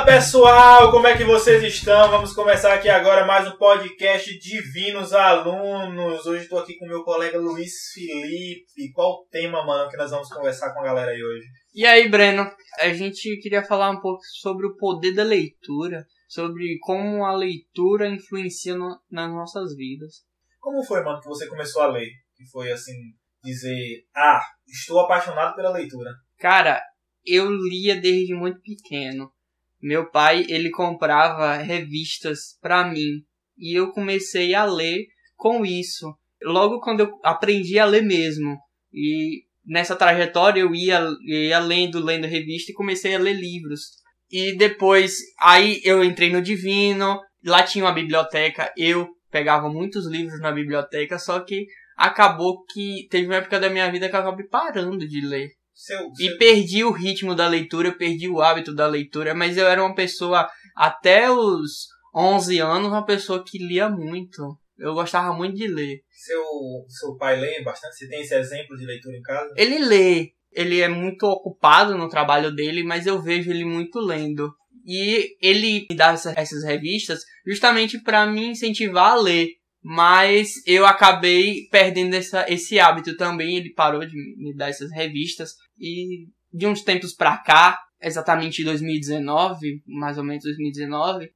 Pessoal, como é que vocês estão? Vamos começar aqui agora mais um podcast Divinos Alunos. Hoje estou aqui com meu colega Luiz Felipe. Qual o tema, mano, que nós vamos conversar com a galera aí hoje? E aí, Breno, a gente queria falar um pouco sobre o poder da leitura, sobre como a leitura influencia nas nossas vidas. Como foi, mano, que você começou a ler? Que foi, assim, dizer, estou apaixonado pela leitura. Cara, eu lia desde muito pequeno. Meu pai, ele comprava revistas pra mim e eu comecei a ler com isso. Logo quando eu aprendi a ler mesmo. E nessa trajetória eu ia lendo revista e comecei a ler livros. E depois, aí eu entrei no Divino, lá tinha uma biblioteca, eu pegava muitos livros na biblioteca, só que acabou que teve uma época da minha vida que eu acabei parando de ler. E perdi o ritmo da leitura, perdi o hábito da leitura, mas eu era uma pessoa, até os 11 anos, uma pessoa que lia muito. Eu gostava muito de ler. Seu pai lê bastante? Você tem esse exemplo de leitura em casa? Ele lê. Ele é muito ocupado no trabalho dele, mas eu vejo ele muito lendo. E ele me dá essas revistas justamente para me incentivar a ler. Mas eu acabei perdendo esse hábito também. Ele parou de me dar essas revistas. E de uns tempos pra cá, exatamente em 2019, mais ou menos 2019,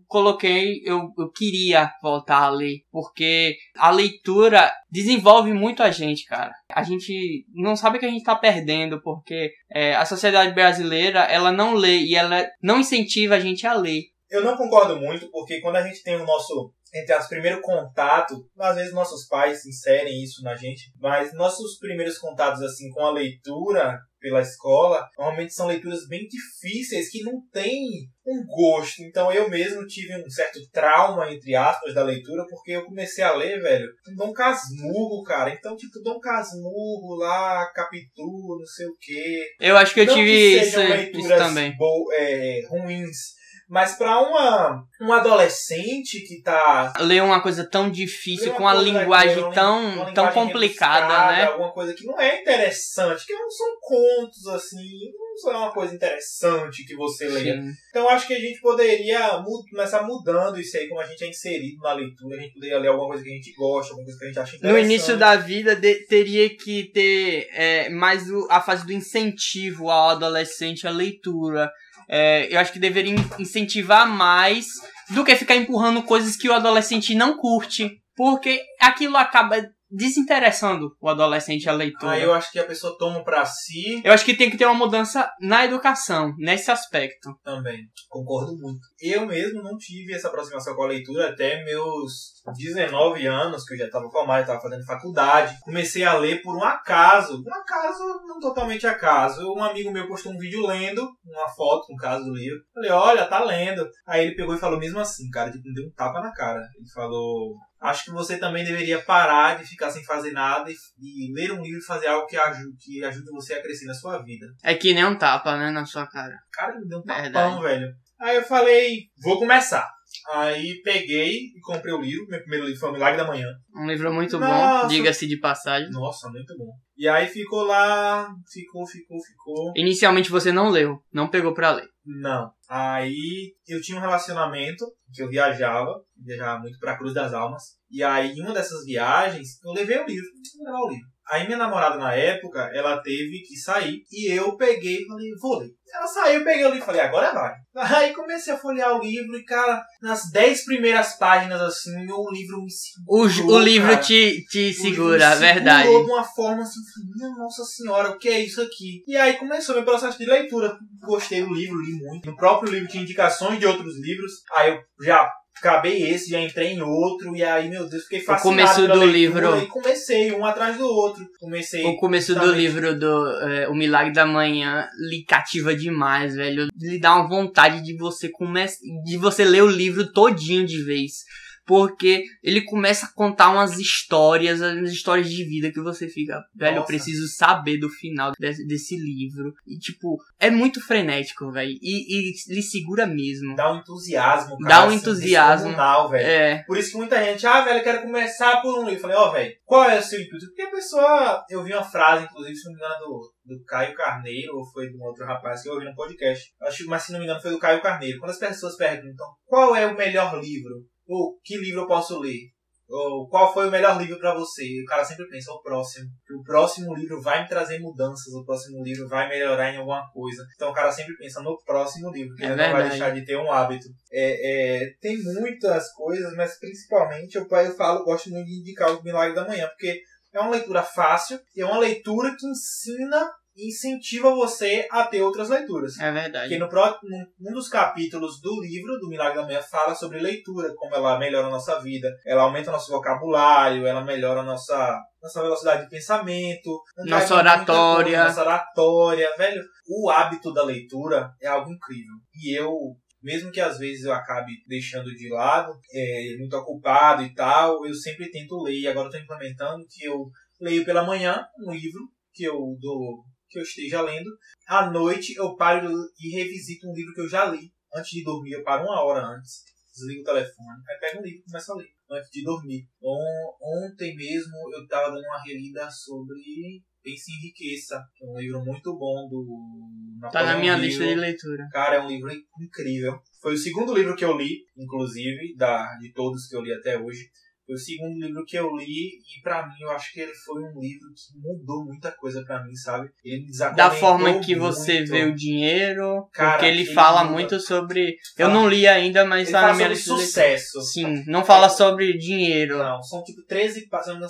eu queria voltar a ler. Porque a leitura desenvolve muito a gente, cara. A gente não sabe que a gente tá perdendo, porque a sociedade brasileira, ela não lê e ela não incentiva a gente a ler. Eu não concordo muito, porque quando a gente tem o nosso, entre as primeiros contatos, às vezes nossos pais inserem isso na gente, mas nossos primeiros contatos assim com a leitura pela escola, normalmente são leituras bem difíceis, que não tem um gosto. Então eu mesmo tive um certo trauma, entre aspas, da leitura, porque eu comecei a ler, velho, Dom Casmurro, cara. Então, tipo, Dom Casmurro lá, Capitu, não sei o quê. Eu acho que eu não tive que isso também. Ruins. Mas para um adolescente que tá... Ler uma coisa tão difícil, com uma linguagem tão complicada, né? Alguma coisa que não é interessante, que não são contos, assim, não é uma coisa interessante que você leia. Sim. Então acho que a gente poderia começar mudando isso aí, como a gente é inserido na leitura. A gente poderia ler alguma coisa que a gente gosta, alguma coisa que a gente acha interessante. No início da vida teria que ter mais a fase do incentivo ao adolescente à leitura. Eu acho que deveria incentivar mais do que ficar empurrando coisas que o adolescente não curte, porque aquilo acaba desinteressando o adolescente à leitura. Eu acho que a pessoa toma pra si... Eu acho que tem que ter uma mudança na educação, nesse aspecto. Também, concordo muito. Eu mesmo não tive essa aproximação com a leitura até meus 19 anos, que eu já estava formado, estava fazendo faculdade. Comecei a ler por um acaso, não totalmente acaso. Um amigo meu postou um vídeo lendo, uma foto, no caso do livro. Falei, olha, tá lendo. Aí ele pegou e falou mesmo assim, cara, tipo, me deu um tapa na cara. Ele falou... Acho que você também deveria parar de ficar sem fazer nada e ler um livro e fazer algo que ajude você a crescer na sua vida. É que nem um tapa, né, na sua cara. Cara, me deu um tapão, velho. Aí eu falei, vou começar. Aí peguei e comprei o livro. Meu primeiro livro foi O Milagre da Manhã. Um livro muito bom, diga-se de passagem. Nossa, muito bom. E aí ficou lá, ficou. Inicialmente você não leu, não pegou pra ler. Não. Aí eu tinha um relacionamento que eu viajava muito pra Cruz das Almas. E aí em uma dessas viagens eu levei o livro, vou levar o livro. Aí minha namorada na época, ela teve que sair e eu peguei e falei, vou ler. Ela saiu, eu peguei o livro e falei, agora vai. Aí comecei a folhear o livro e, cara, nas 10 primeiras páginas, assim, o livro me segurou. O livro te segura, a verdade. Segurou de uma forma assim, minha Nossa Senhora, o que é isso aqui? E aí começou meu processo de leitura. Gostei do livro, li muito. No próprio livro tinha indicações de outros livros. Aí eu já... acabei esse, já entrei em outro, e aí, meu Deus, fiquei fascinado. O começo do livro. E comecei, um atrás do outro. O começo do livro O Milagre da Manhã lhe cativa demais, velho. Lhe dá uma vontade de você ler o livro todinho de vez. porque ele começa a contar umas histórias de vida que você fica, velho, eu preciso saber do final desse livro. E, tipo, é muito frenético, velho, e lhe segura mesmo. Dá um entusiasmo, cara. Dá um entusiasmo. Velho. Por isso que muita gente, velho, eu quero começar por um livro. Eu falei, velho, qual é o seu intuito? Porque a pessoa, eu vi uma frase, inclusive, se não me engano, do Caio Carneiro, ou foi de um outro rapaz que eu ouvi no podcast. Acho, mas se não me engano, foi do Caio Carneiro. Quando as pessoas perguntam qual é o melhor livro, ou que livro eu posso ler, ou qual foi o melhor livro pra você, o cara sempre pensa, o próximo. O próximo livro vai me trazer mudanças, o próximo livro vai melhorar em alguma coisa. Então o cara sempre pensa no próximo livro, que ele não vai deixar de ter um hábito. Tem muitas coisas, mas principalmente eu gosto muito de indicar o Milagre da Manhã, porque é uma leitura fácil e é uma leitura que ensina e incentiva você a ter outras leituras. É verdade. Porque num dos capítulos do livro, do Milagre da Manhã, fala sobre leitura, como ela melhora a nossa vida, ela aumenta o nosso vocabulário, ela melhora a nossa velocidade de pensamento, nossa oratória. Velho, o hábito da leitura é algo incrível. E eu, mesmo que às vezes eu acabe deixando de lado, muito ocupado e tal, eu sempre tento ler. E agora eu estou implementando que eu leio pela manhã um livro que eu esteja lendo. À noite eu paro e revisito um livro que eu já li. Antes de dormir, eu paro 1 hora antes, desligo o telefone, aí pego um livro e começo a ler antes de dormir. Ontem mesmo eu estava dando uma relida sobre Pense e Enriqueça, que é um livro muito bom do Napoleão Tá na minha Hill. lista de leitura. Cara, é um livro incrível. Foi o segundo livro que eu li, inclusive, de todos que eu li até hoje. Foi o segundo livro que eu li e pra mim eu acho que ele foi um livro que mudou muita coisa pra mim, sabe? Ele me desaconectou da forma que você muito. vê o dinheiro, Cara, porque ele fala muito sobre... Eu não li ainda, mas ele tá fala na minha sobre lista de sucesso. Sim, não fala sobre dinheiro. Não, são tipo 13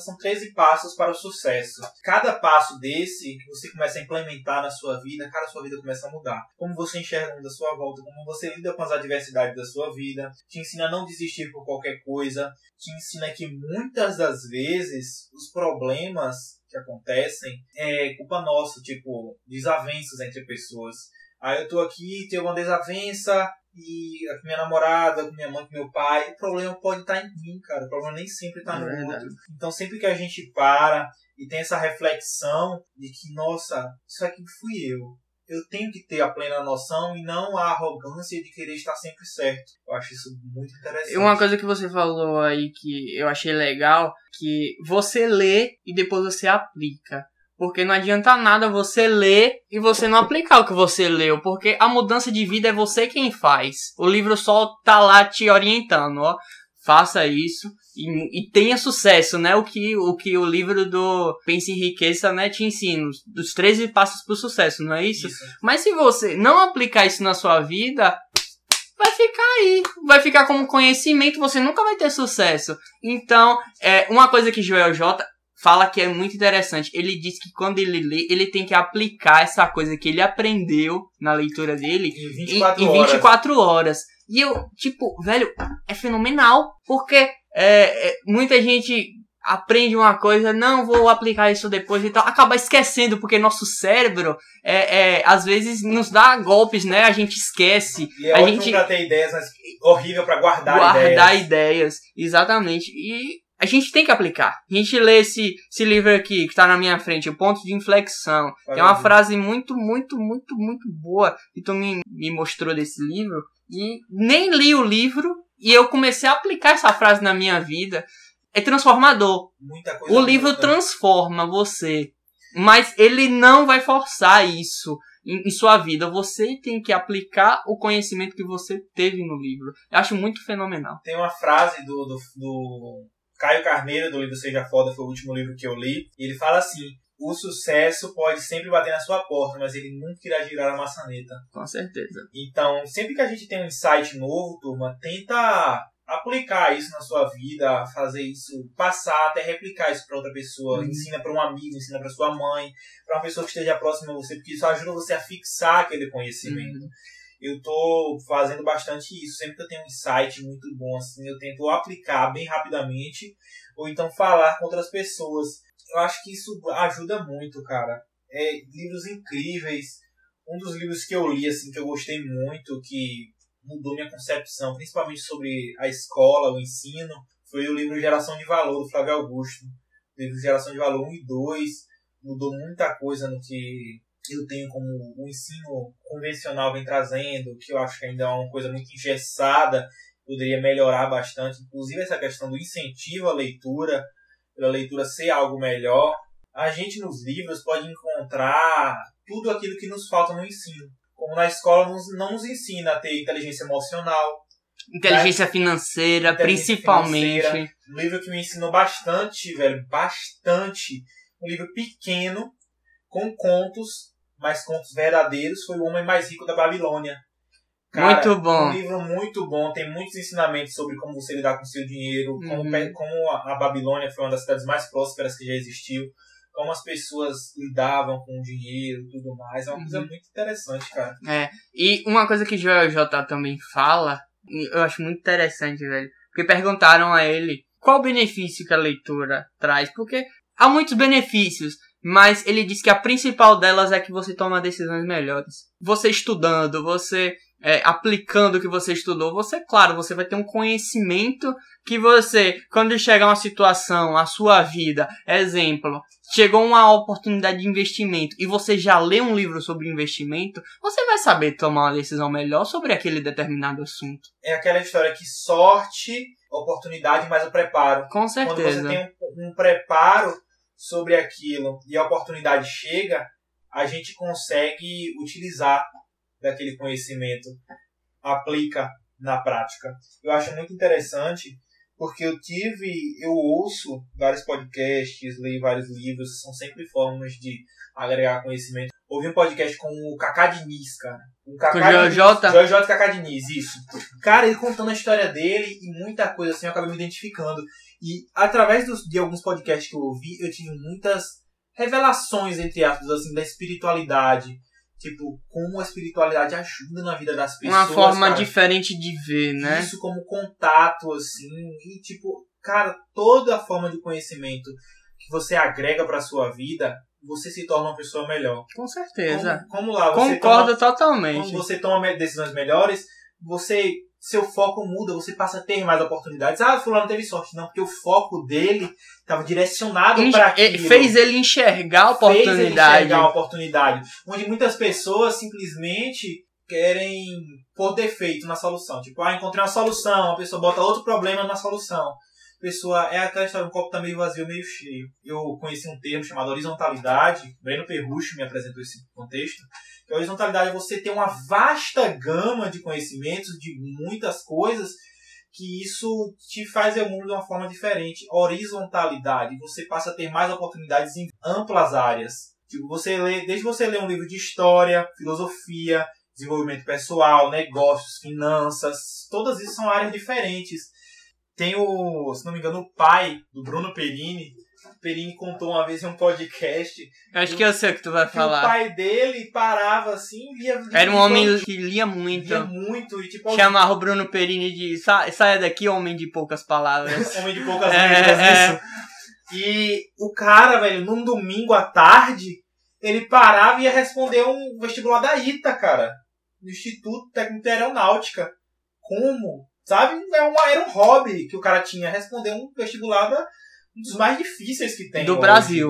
passos para o sucesso. Cada passo desse que você começa a implementar na sua vida, cara, a sua vida começa a mudar. Como você enxerga o mundo à sua volta, como você lida com as adversidades da sua vida, te ensina a não desistir por qualquer coisa, te ensina que muitas das vezes os problemas que acontecem é culpa nossa, tipo, desavenças entre pessoas. Aí eu tô aqui, tenho uma desavença e com minha namorada, com minha mãe, com meu pai, o problema pode estar em mim, cara. O problema nem sempre tá no outro. Então sempre que a gente para e tem essa reflexão de que, nossa, isso aqui fui eu tenho que ter a plena noção e não a arrogância de querer estar sempre certo. Eu acho isso muito interessante. E uma coisa que você falou aí que eu achei legal, que você lê e depois você aplica. Porque não adianta nada você ler e você não aplicar o que você leu. Porque a mudança de vida é você quem faz. O livro só tá lá te orientando, ó. Faça isso e tenha sucesso, né? O que o livro do Pense e Enriqueça, né, te ensina. Dos 13 passos pro sucesso, não é isso? Mas se você não aplicar isso na sua vida, vai ficar aí. Vai ficar como conhecimento, você nunca vai ter sucesso. Então, uma coisa que Joel J fala que é muito interessante. Ele diz que quando ele lê, ele tem que aplicar essa coisa que ele aprendeu na leitura dele em 24 horas. E eu, tipo, velho, é fenomenal. Porque muita gente aprende uma coisa, não vou aplicar isso depois e tal, acaba esquecendo, porque nosso cérebro às vezes nos dá golpes, né? A gente esquece. E é ótimo pra ter ideias, mas horrível pra guardar ideias. Exatamente. E a gente tem que aplicar. A gente lê esse livro aqui, que tá na minha frente, O Ponto de Inflexão. É uma frase muito, muito, muito, muito boa que tu me mostrou desse livro. E nem li o livro e eu comecei a aplicar essa frase na minha vida. É transformador. Muita coisa. O livro transforma você. Mas ele não vai forçar isso em sua vida. Você tem que aplicar o conhecimento que você teve no livro. Eu acho muito fenomenal. Tem uma frase do Caio Carneiro, do livro Seja Foda, foi o último livro que eu li. E ele fala assim: o sucesso pode sempre bater na sua porta, mas ele nunca irá girar a maçaneta. Com certeza. Então, sempre que a gente tem um insight novo, turma, tenta aplicar isso na sua vida, fazer isso, passar, até replicar isso para outra pessoa. Ensina para um amigo, ensina para sua mãe, para uma pessoa que esteja próxima a você, porque isso ajuda você a fixar aquele conhecimento. Eu tô fazendo bastante isso. Sempre que eu tenho um insight muito bom, assim, eu tento aplicar bem rapidamente, ou então falar com outras pessoas. Eu acho que isso ajuda muito, cara. Livros incríveis. Um dos livros que eu li, assim, que eu gostei muito, que mudou minha concepção, principalmente sobre a escola, o ensino, foi o livro Geração de Valor, do Flávio Augusto. O livro Geração de Valor 1 e 2 mudou muita coisa no que eu tenho como o ensino convencional vem trazendo, que eu acho que ainda é uma coisa muito engessada, poderia melhorar bastante, inclusive essa questão do incentivo à leitura, pela leitura ser algo melhor. A gente nos livros pode encontrar tudo aquilo que nos falta no ensino. Como na escola não nos ensina a ter inteligência emocional. Inteligência financeira, principalmente. Financeira. Um livro que me ensinou bastante, velho, bastante. Um livro pequeno, com contos, mas contos verdadeiros, foi O Homem Mais Rico da Babilônia. Cara, muito bom. Um livro muito bom, tem muitos ensinamentos sobre como você lidar com o seu dinheiro, como a Babilônia foi uma das cidades mais prósperas que já existiu, como as pessoas lidavam com o dinheiro e tudo mais. É uma coisa muito interessante, cara. E uma coisa que o JJ também fala, eu acho muito interessante, velho, porque perguntaram a ele qual o benefício que a leitura traz, porque há muitos benefícios, mas ele diz que a principal delas é que você toma decisões melhores. Você estudando, você aplicando o que você estudou, claro, você vai ter um conhecimento que você, quando chegar uma situação, a sua vida, exemplo, chegou uma oportunidade de investimento e você já lê um livro sobre investimento, você vai saber tomar uma decisão melhor sobre aquele determinado assunto. É aquela história que sorte, oportunidade mais o preparo. Com certeza. Quando você tem um preparo sobre aquilo e a oportunidade chega, a gente consegue utilizar daquele conhecimento, aplica na prática. Eu acho muito interessante, porque eu ouço vários podcasts, leio vários livros, são sempre formas de agregar conhecimento. Ouvi um podcast com o Cacá Diniz, cara. Com o JJ Cacá Diniz, isso. Cara, ele contando a história dele e muita coisa assim, eu acabei me identificando. E através de alguns podcasts que eu ouvi, eu tive muitas revelações, entre aspas, assim, da espiritualidade. Tipo, como a espiritualidade ajuda na vida das pessoas. Uma forma, cara, diferente de ver, né? Isso como contato, assim. E, tipo, cara, toda forma de conhecimento que você agrega pra sua vida, você se torna uma pessoa melhor. Com certeza. Como lá, você concordo totalmente. Quando você toma decisões melhores, seu foco muda, você passa a ter mais oportunidades. Ah, fulano teve sorte. Não, porque o foco dele estava direcionado para aquilo. Fez ele enxergar a oportunidade. Onde muitas pessoas simplesmente querem pôr defeito na solução. Tipo, encontrei uma solução, a pessoa bota outro problema na solução. Pessoa, é aquela história, um copo tá meio vazio, meio cheio. Eu conheci um termo chamado horizontalidade. Breno Perrucci me apresentou esse contexto. Que a horizontalidade é você ter uma vasta gama de conhecimentos, de muitas coisas, que isso te faz ver o mundo de uma forma diferente. Horizontalidade, você passa a ter mais oportunidades em amplas áreas. Tipo, desde você ler um livro de história, filosofia, desenvolvimento pessoal, negócios, finanças, todas isso são áreas diferentes. Tem se não me engano, o pai do Bruno Perini. O Perini contou uma vez em um podcast. Acho que eu sei o que tu vai falar. O pai dele parava assim e lia. Era um homem que lia muito. E, tipo, chamava o Bruno Perini de saia daqui, homem de poucas palavras. Homem de poucas letras, isso. E o cara, velho, num domingo à tarde, ele parava e ia responder um vestibular da ITA, cara. No Instituto Técnico de Aeronáutica. Como? Sabe? Era um hobby que o cara tinha. Responder um vestibular um dos mais difíceis que tem. Do Brasil,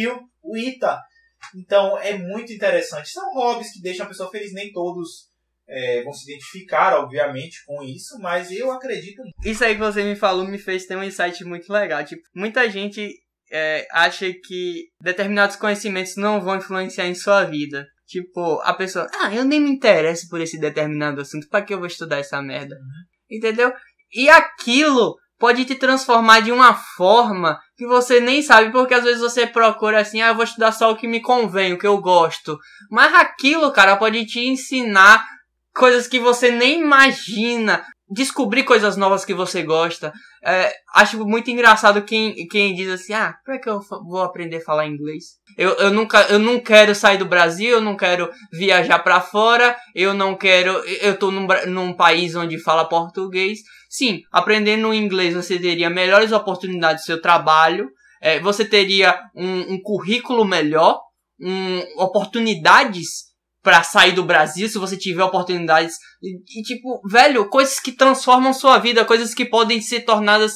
o ITA. Então, é muito interessante. São hobbies que deixam a pessoa feliz. Nem todos vão se identificar, obviamente, com isso, mas eu acredito. Isso aí que você me falou me fez ter um insight muito legal. Tipo, muita gente acha que determinados conhecimentos não vão influenciar em sua vida. Tipo, a pessoa, eu nem me interesso por esse determinado assunto, pra que eu vou estudar essa merda? Entendeu? E aquilo pode te transformar de uma forma que você nem sabe, porque às vezes você procura assim, eu vou estudar só o que me convém, o que eu gosto. Mas aquilo, cara, pode te ensinar coisas que você nem imagina, descobrir coisas novas que você gosta. Acho muito engraçado quem diz assim, pra que eu vou aprender a falar inglês? Eu não quero sair do Brasil, eu não quero viajar pra fora, eu tô num país onde fala português. Sim, aprendendo inglês você teria melhores oportunidades no seu trabalho, você teria um currículo melhor, oportunidades pra sair do Brasil, se você tiver oportunidades. E tipo, velho, coisas que transformam sua vida, coisas que podem ser tornadas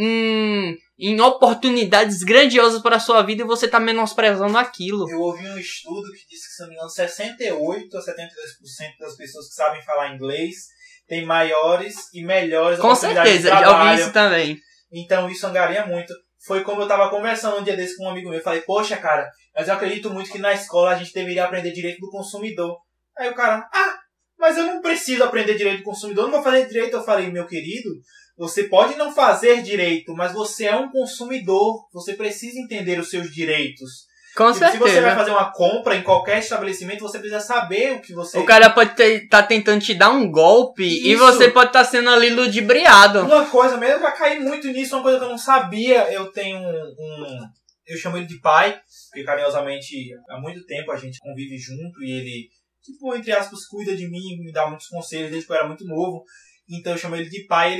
em oportunidades grandiosas para a sua vida e você tá menosprezando aquilo. Eu ouvi um estudo que disse que, se não me engano, 68 a 72% das pessoas que sabem falar inglês têm maiores e melhores oportunidades de trabalho. Com certeza, já ouvi isso também. Então isso angaria muito. Foi como eu tava conversando um dia desse com um amigo meu. Eu falei, poxa, cara, mas eu acredito muito que na escola a gente deveria aprender direito do consumidor. Aí o cara, mas eu não preciso aprender direito do consumidor, não vou fazer direito. Eu falei, meu querido, você pode não fazer direito, mas você é um consumidor. Você precisa entender os seus direitos. Com certeza. Se você vai fazer uma compra em qualquer estabelecimento, você precisa saber o que você... O cara pode estar tentando te dar um golpe. Isso. E você pode estar sendo ali ludibriado. Uma coisa mesmo, eu já caí muito nisso, uma coisa que eu não sabia. Eu tenho eu chamo ele de pai, porque carinhosamente há muito tempo a gente convive junto e ele, tipo, entre aspas, cuida de mim, me dá muitos conselhos desde que eu era muito novo. Então eu chamo ele de pai.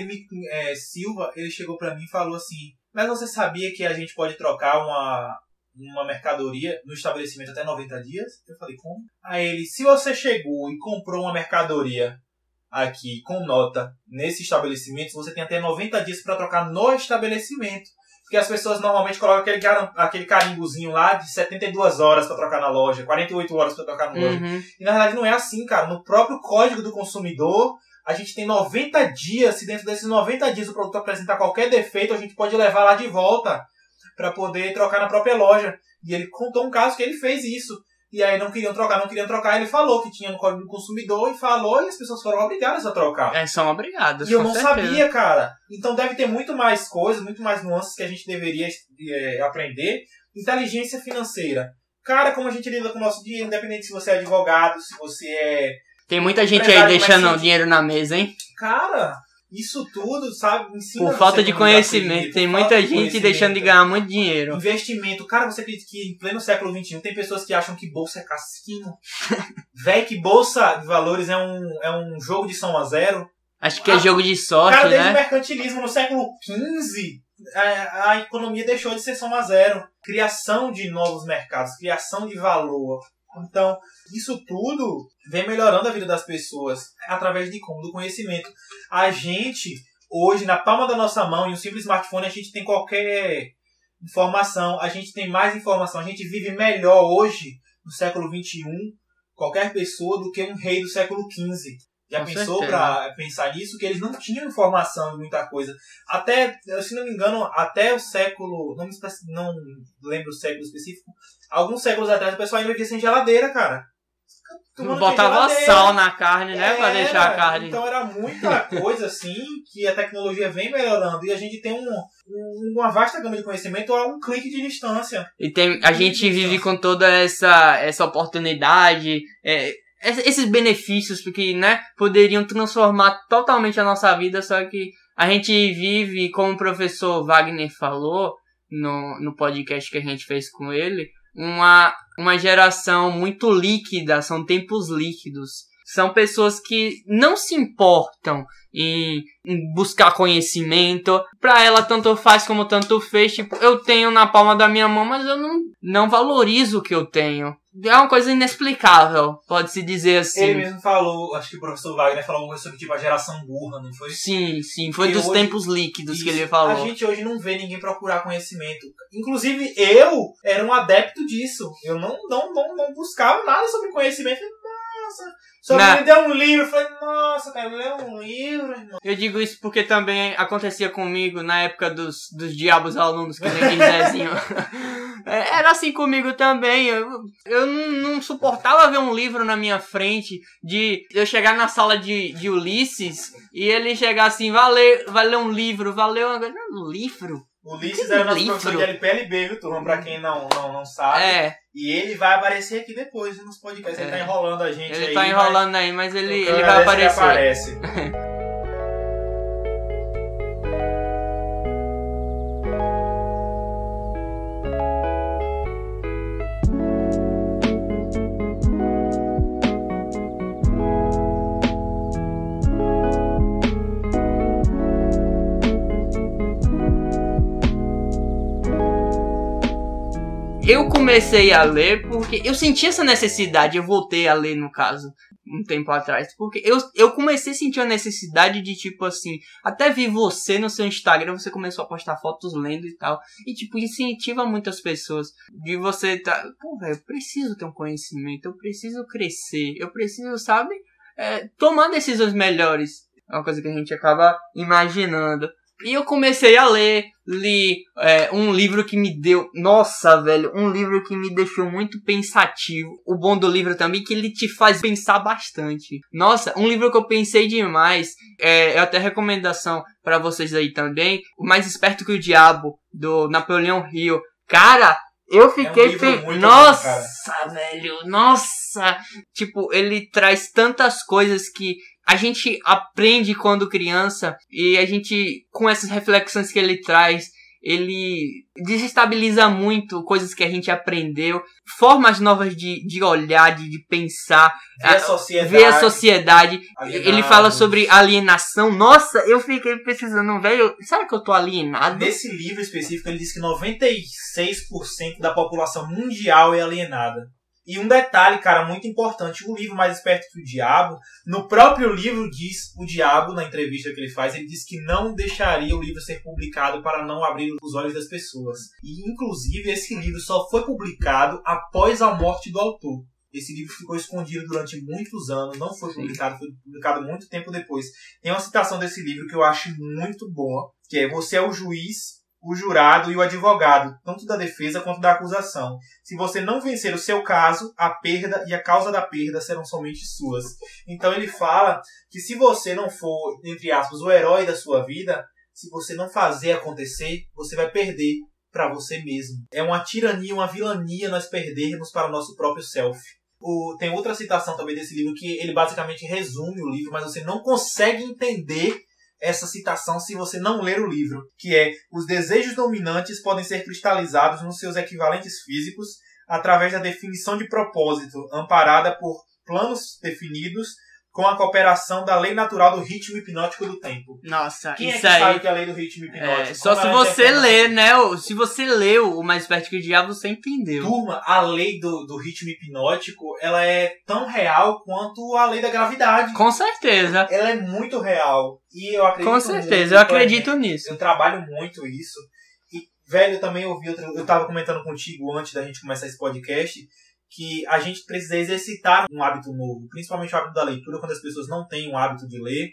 Silva, ele chegou pra mim e falou assim, mas você sabia que a gente pode trocar uma mercadoria no estabelecimento até 90 dias? Eu falei, como? Aí ele, se você chegou e comprou uma mercadoria aqui com nota nesse estabelecimento, você tem até 90 dias para trocar no estabelecimento. Porque as pessoas normalmente colocam aquele carimbozinho lá de 72 horas para trocar na loja, 48 horas para trocar na loja. E na verdade não é assim, cara. No próprio Código do Consumidor, a gente tem 90 dias. Se dentro desses 90 dias o produto apresentar qualquer defeito, a gente pode levar lá de volta para poder trocar na própria loja. E ele contou um caso que ele fez isso. E aí não queriam trocar. Ele falou que tinha no Código do Consumidor e as pessoas foram obrigadas a trocar. São obrigadas. E eu não sabia, cara. Então deve ter muito mais coisas, muito mais nuances que a gente deveria aprender. Inteligência financeira. Cara, como a gente lida com o nosso dinheiro, independente se você é advogado, se você é... Tem muita gente aí deixando dinheiro na mesa, hein? Cara... Isso tudo, sabe, ensina. Por falta de conhecimento. Tem muita gente deixando de ganhar muito dinheiro. Investimento. Cara, você acredita que em pleno século XXI tem pessoas que acham que bolsa é cassino? Véi, que bolsa de valores é um jogo de soma zero. Acho que é jogo de sorte, cara, desde né? o mercantilismo no século XV, a economia deixou de ser soma zero. Criação de novos mercados, criação de valor. Então, isso tudo vem melhorando a vida das pessoas através de como? Do conhecimento. A gente, hoje, na palma da nossa mão, em um simples smartphone, a gente tem qualquer informação, a gente tem mais informação, a gente vive melhor hoje, no século XXI, qualquer pessoa, do que um rei do século XV. Já Com pensou certeza. pra pensar nisso? Que eles não tinham informação de muita coisa. Até, se não me engano, até o século... Não lembro o século específico. Alguns séculos atrás, o pessoal ainda vivia sem geladeira, cara. Botava sal na carne, né? Pra deixar a carne... Então era muita coisa, assim, que a tecnologia vem melhorando. E a gente tem uma vasta gama de conhecimento a um clique de distância. E a gente vive com toda essa oportunidade... esses benefícios, porque, né, poderiam transformar totalmente a nossa vida, só que a gente vive, como o professor Wagner falou no podcast que a gente fez com ele, uma geração muito líquida, são tempos líquidos. São pessoas que não se importam em buscar conhecimento. Pra ela, tanto faz como tanto fez. Tipo, eu tenho na palma da minha mão, mas eu não valorizo o que eu tenho. É uma coisa inexplicável, pode-se dizer assim. Ele mesmo falou, acho que o professor Wagner falou alguma coisa sobre tipo, a geração burra, não foi? Sim, foi dos tempos líquidos que ele falou. A gente hoje não vê ninguém procurar conhecimento. Inclusive, eu era um adepto disso. Eu não buscava nada sobre conhecimento. Nossa, só me deu um livro. Eu falei, nossa, cara, ler um livro, irmão. Eu digo isso porque também acontecia comigo na época dos diabos alunos, que nem Zezinho. Era assim comigo também. Eu não suportava ver um livro na minha frente, de eu chegar na sala de Ulisses e ele chegar assim, vai ler um livro, um livro? Ulisses era nosso professor de LPLB, viu, turma? Pra quem não sabe. E ele vai aparecer aqui depois nos podcasts. Ele tá enrolando a gente aí. Ele tá enrolando aí, mas ele vai aparecer. Ele aparece. eu comecei a ler porque eu senti essa necessidade, eu voltei a ler, no caso, um tempo atrás, porque eu comecei a sentir a necessidade de, tipo assim, até vi você no seu Instagram, você começou a postar fotos lendo e tal, e tipo, incentiva muitas pessoas, de você tá, pô, velho, eu preciso ter um conhecimento, eu preciso crescer, eu preciso, sabe, tomar decisões melhores, é uma coisa que a gente acaba imaginando. E eu comecei a ler, li um livro que me deu... Nossa, velho, um livro que me deixou muito pensativo. O bom do livro também é que ele te faz pensar bastante. Nossa, um livro que eu pensei demais, é até recomendação pra vocês aí também, O Mais Esperto que o Diabo, do Napoleão Hill. Cara, eu fiquei... Nossa, velho, nossa! Tipo, ele traz tantas coisas que... a gente aprende quando criança e a gente, com essas reflexões que ele traz, ele desestabiliza muito coisas que a gente aprendeu, formas novas de olhar, de pensar, ver a sociedade. Ele fala sobre alienação. Nossa, eu fiquei precisando, velho, será que eu tô alienado? Nesse livro específico ele diz que 96% da população mundial é alienada. E um detalhe, cara, muito importante, o livro Mais Esperto que o Diabo, no próprio livro diz, o diabo, na entrevista que ele faz, ele diz que não deixaria o livro ser publicado para não abrir os olhos das pessoas. E, inclusive, esse livro só foi publicado após a morte do autor. Esse livro ficou escondido durante muitos anos, não foi publicado, foi publicado muito tempo depois. Tem uma citação desse livro que eu acho muito boa, que é: você é o juiz, o jurado e o advogado, tanto da defesa quanto da acusação. Se você não vencer o seu caso, a perda e a causa da perda serão somente suas. Então ele fala que se você não for, entre aspas, o herói da sua vida, se você não fazer acontecer, você vai perder para você mesmo. É uma tirania, uma vilania nós perdermos para o nosso próprio self. Tem outra citação também desse livro que ele basicamente resume o livro, mas você não consegue entender essa citação se você não ler o livro, que é: os desejos dominantes podem ser cristalizados nos seus equivalentes físicos através da definição de propósito, amparada por planos definidos com a cooperação da lei natural do ritmo hipnótico do tempo. Nossa, quem isso é que aí sabe que é a lei do ritmo hipnótico? Só se você ler, né? Se você leu O Mais Esperto que o Diabo, você entendeu. Turma, a lei do ritmo hipnótico, ela é tão real quanto a lei da gravidade. Com certeza. Ela é muito real. E eu acredito Com certeza, eu acredito nisso. Eu trabalho muito isso. E, velho, eu também ouvi eu tava comentando contigo antes da gente começar esse podcast, que a gente precisa exercitar um hábito novo, principalmente o hábito da leitura, quando as pessoas não têm o hábito de ler.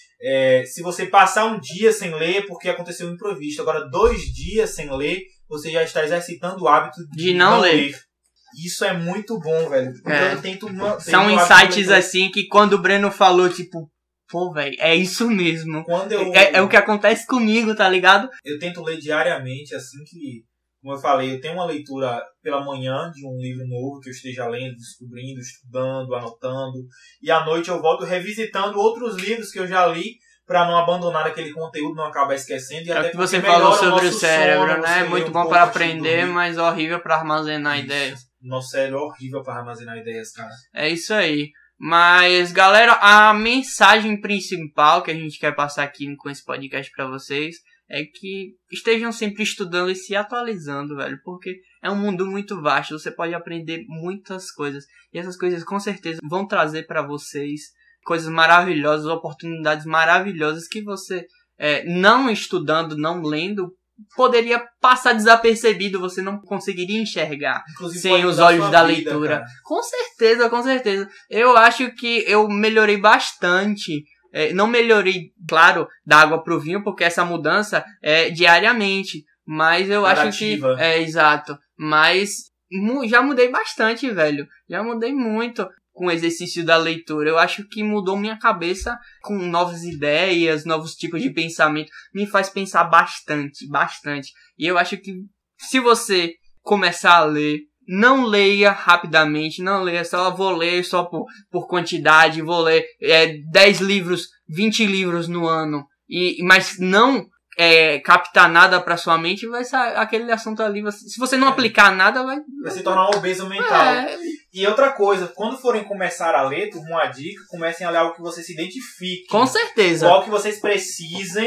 Se você passar um dia sem ler, porque aconteceu um imprevisto, agora 2 dias sem ler, você já está exercitando o hábito de não ler. Isso é muito bom, velho. Então eu tento São insights assim que quando o Breno falou, tipo, pô, velho, é isso mesmo. É o que acontece comigo, tá ligado? Eu tento ler diariamente, assim que... Como eu falei, eu tenho uma leitura pela manhã de um livro novo que eu esteja lendo, descobrindo, estudando, anotando. E à noite eu volto revisitando outros livros que eu já li para não abandonar aquele conteúdo, não acabar esquecendo. E é até que você falou sobre o cérebro, sono, né? É muito bom para aprender, mas horrível para armazenar ideias. Nosso cérebro é horrível para armazenar ideias, cara. É isso aí. Mas, galera, a mensagem principal que a gente quer passar aqui com esse podcast para vocês é que estejam sempre estudando e se atualizando, velho, porque é um mundo muito vasto, você pode aprender muitas coisas, e essas coisas com certeza vão trazer para vocês coisas maravilhosas, oportunidades maravilhosas que você, não estudando, não lendo, poderia passar desapercebido, você não conseguiria enxergar. Inclusive, sem os olhos da leitura. Cara. Com certeza, com certeza. Eu acho que eu melhorei bastante. Não melhorei, claro, da água pro vinho, porque essa mudança é diariamente. Mas eu acho que... exato. Mas já mudei bastante, velho. Já mudei muito com o exercício da leitura. Eu acho que mudou minha cabeça com novas ideias, novos tipos de pensamento. Me faz pensar bastante, bastante. E eu acho que se você começar a ler, não leia rapidamente, não leia só, vou ler só por quantidade, vou ler 10 livros, 20 livros no ano, mas não captar nada pra sua mente, vai ser aquele assunto ali, se você não aplicar nada, vai se tornar um obeso mental. E outra coisa, quando forem começar a ler, uma dica, comecem a ler algo que você se identifique. Com certeza. Algo que vocês precisem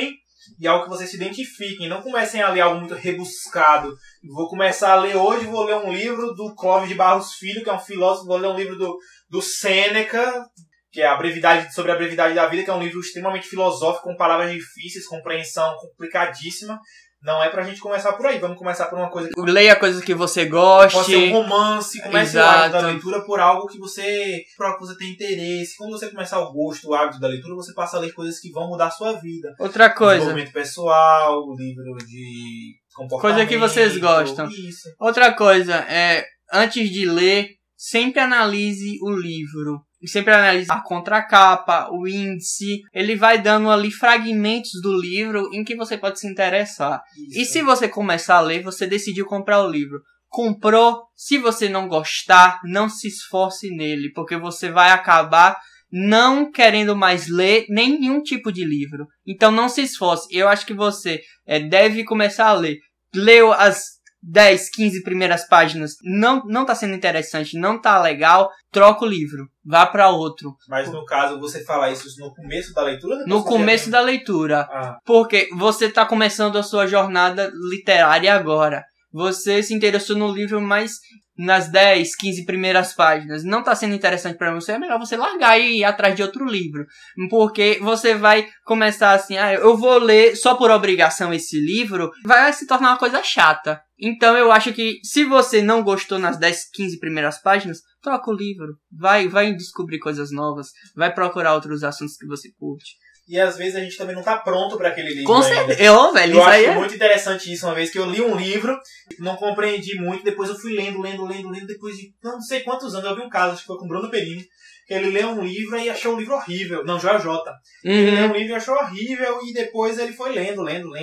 e algo que vocês se identifiquem. Não comecem a ler algo muito rebuscado. Vou começar a ler hoje, vou ler um livro do Clóvis de Barros Filho, que é um filósofo, vou ler um livro do Sêneca, que é sobre a brevidade da vida, que é um livro extremamente filosófico, com palavras difíceis, compreensão complicadíssima. Não é pra gente começar por aí, vamos começar por uma coisa que... Leia coisas que você goste. Pode ser um romance, comece o hábito da leitura por algo que você tem interesse. Quando você começar o gosto, o hábito da leitura, você passa a ler coisas que vão mudar a sua vida. Outra coisa. Desenvolvimento pessoal, livro de comportamento. Coisa que vocês gostam. Isso. Outra coisa, antes de ler, sempre analise o livro. Sempre analise a contracapa, o índice. Ele vai dando ali fragmentos do livro em que você pode se interessar. Isso. E se você começar a ler, você decidiu comprar o livro. Comprou, se você não gostar, não se esforce nele, porque você vai acabar não querendo mais ler nenhum tipo de livro. Então não se esforce. Eu acho que você deve começar a ler. Leu as 10, 15 primeiras páginas, não tá sendo interessante, não tá legal, troca o livro, vá pra outro. Mas no caso, você fala isso no começo da leitura? No começo da leitura. Porque você tá começando a sua jornada literária agora. Você se interessou no livro, mas nas 10, 15 primeiras páginas não tá sendo interessante pra você, é melhor você largar e ir atrás de outro livro. Porque você vai começar assim, eu vou ler só por obrigação esse livro, vai se tornar uma coisa chata. Então eu acho que se você não gostou nas 10, 15 primeiras páginas, troca o livro. Vai descobrir coisas novas, vai procurar outros assuntos que você curte. E às vezes a gente também não tá pronto pra aquele livro. Com certeza. Eu acho muito interessante isso. Uma vez que eu li um livro, não compreendi muito, depois eu fui lendo, depois de não sei quantos anos. Eu vi um caso, acho que foi com o Bruno Perini, que ele leu um livro e achou o livro horrível. Não, Joel J. Ele leu um livro e achou horrível, e depois ele foi lendo.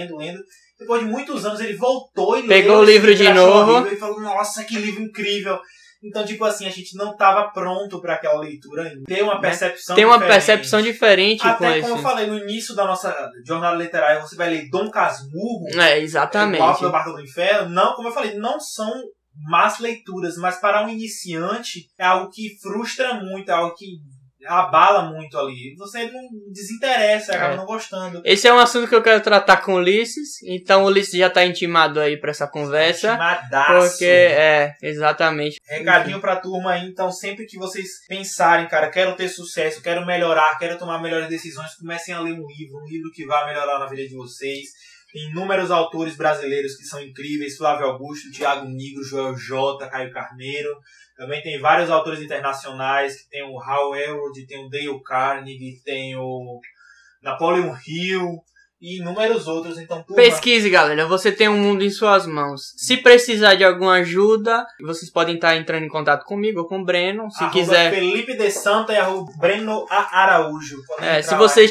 Depois de muitos anos ele voltou e pegou o livro de novo e falou, nossa, que livro incrível. Então, tipo assim, a gente não estava pronto para aquela leitura ainda. Tem uma percepção diferente. Tem uma percepção diferente. Até como eu falei no início da nossa jornada literária, você vai ler Dom Casmurro. Exatamente. O Alto da Barca do Inferno. Não, como eu falei, não são más leituras, mas para um iniciante é algo que frustra muito, é algo que abala muito ali. Você não desinteressa, acaba não gostando. Esse é um assunto que eu quero tratar com o Ulisses. Então o Ulisses já tá intimado aí pra essa conversa. Intimadaço. Porque, exatamente. Recadinho pra turma aí. Então sempre que vocês pensarem, cara, quero ter sucesso, quero melhorar, quero tomar melhores decisões, comecem a ler um livro que vai melhorar na vida de vocês. Tem inúmeros autores brasileiros que são incríveis. Flávio Augusto, Thiago Nigro, Joel J, Caio Carneiro. Também tem vários autores internacionais, que tem o Hal Elrod, tem o Dale Carnegie, tem o Napoleon Hill e inúmeros outros. Então, turma, pesquise, galera. Você tem um mundo em suas mãos. Se precisar de alguma ajuda, vocês podem estar entrando em contato comigo ou com o Breno. Se quiser, Felipe de Santa e Breno Araújo. Se vocês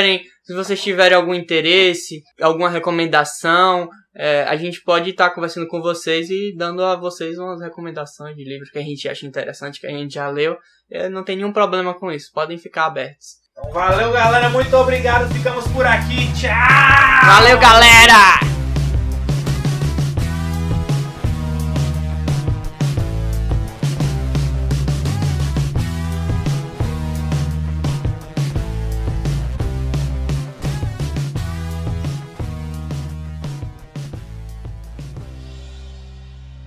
tiverem algum interesse, alguma recomendação, a gente pode estar conversando com vocês e dando a vocês umas recomendações de livros que a gente acha interessante, que a gente já leu. Não tem nenhum problema com isso. Podem ficar abertos. Então, valeu, galera. Muito obrigado. Ficamos por aqui. Tchau! Valeu, galera!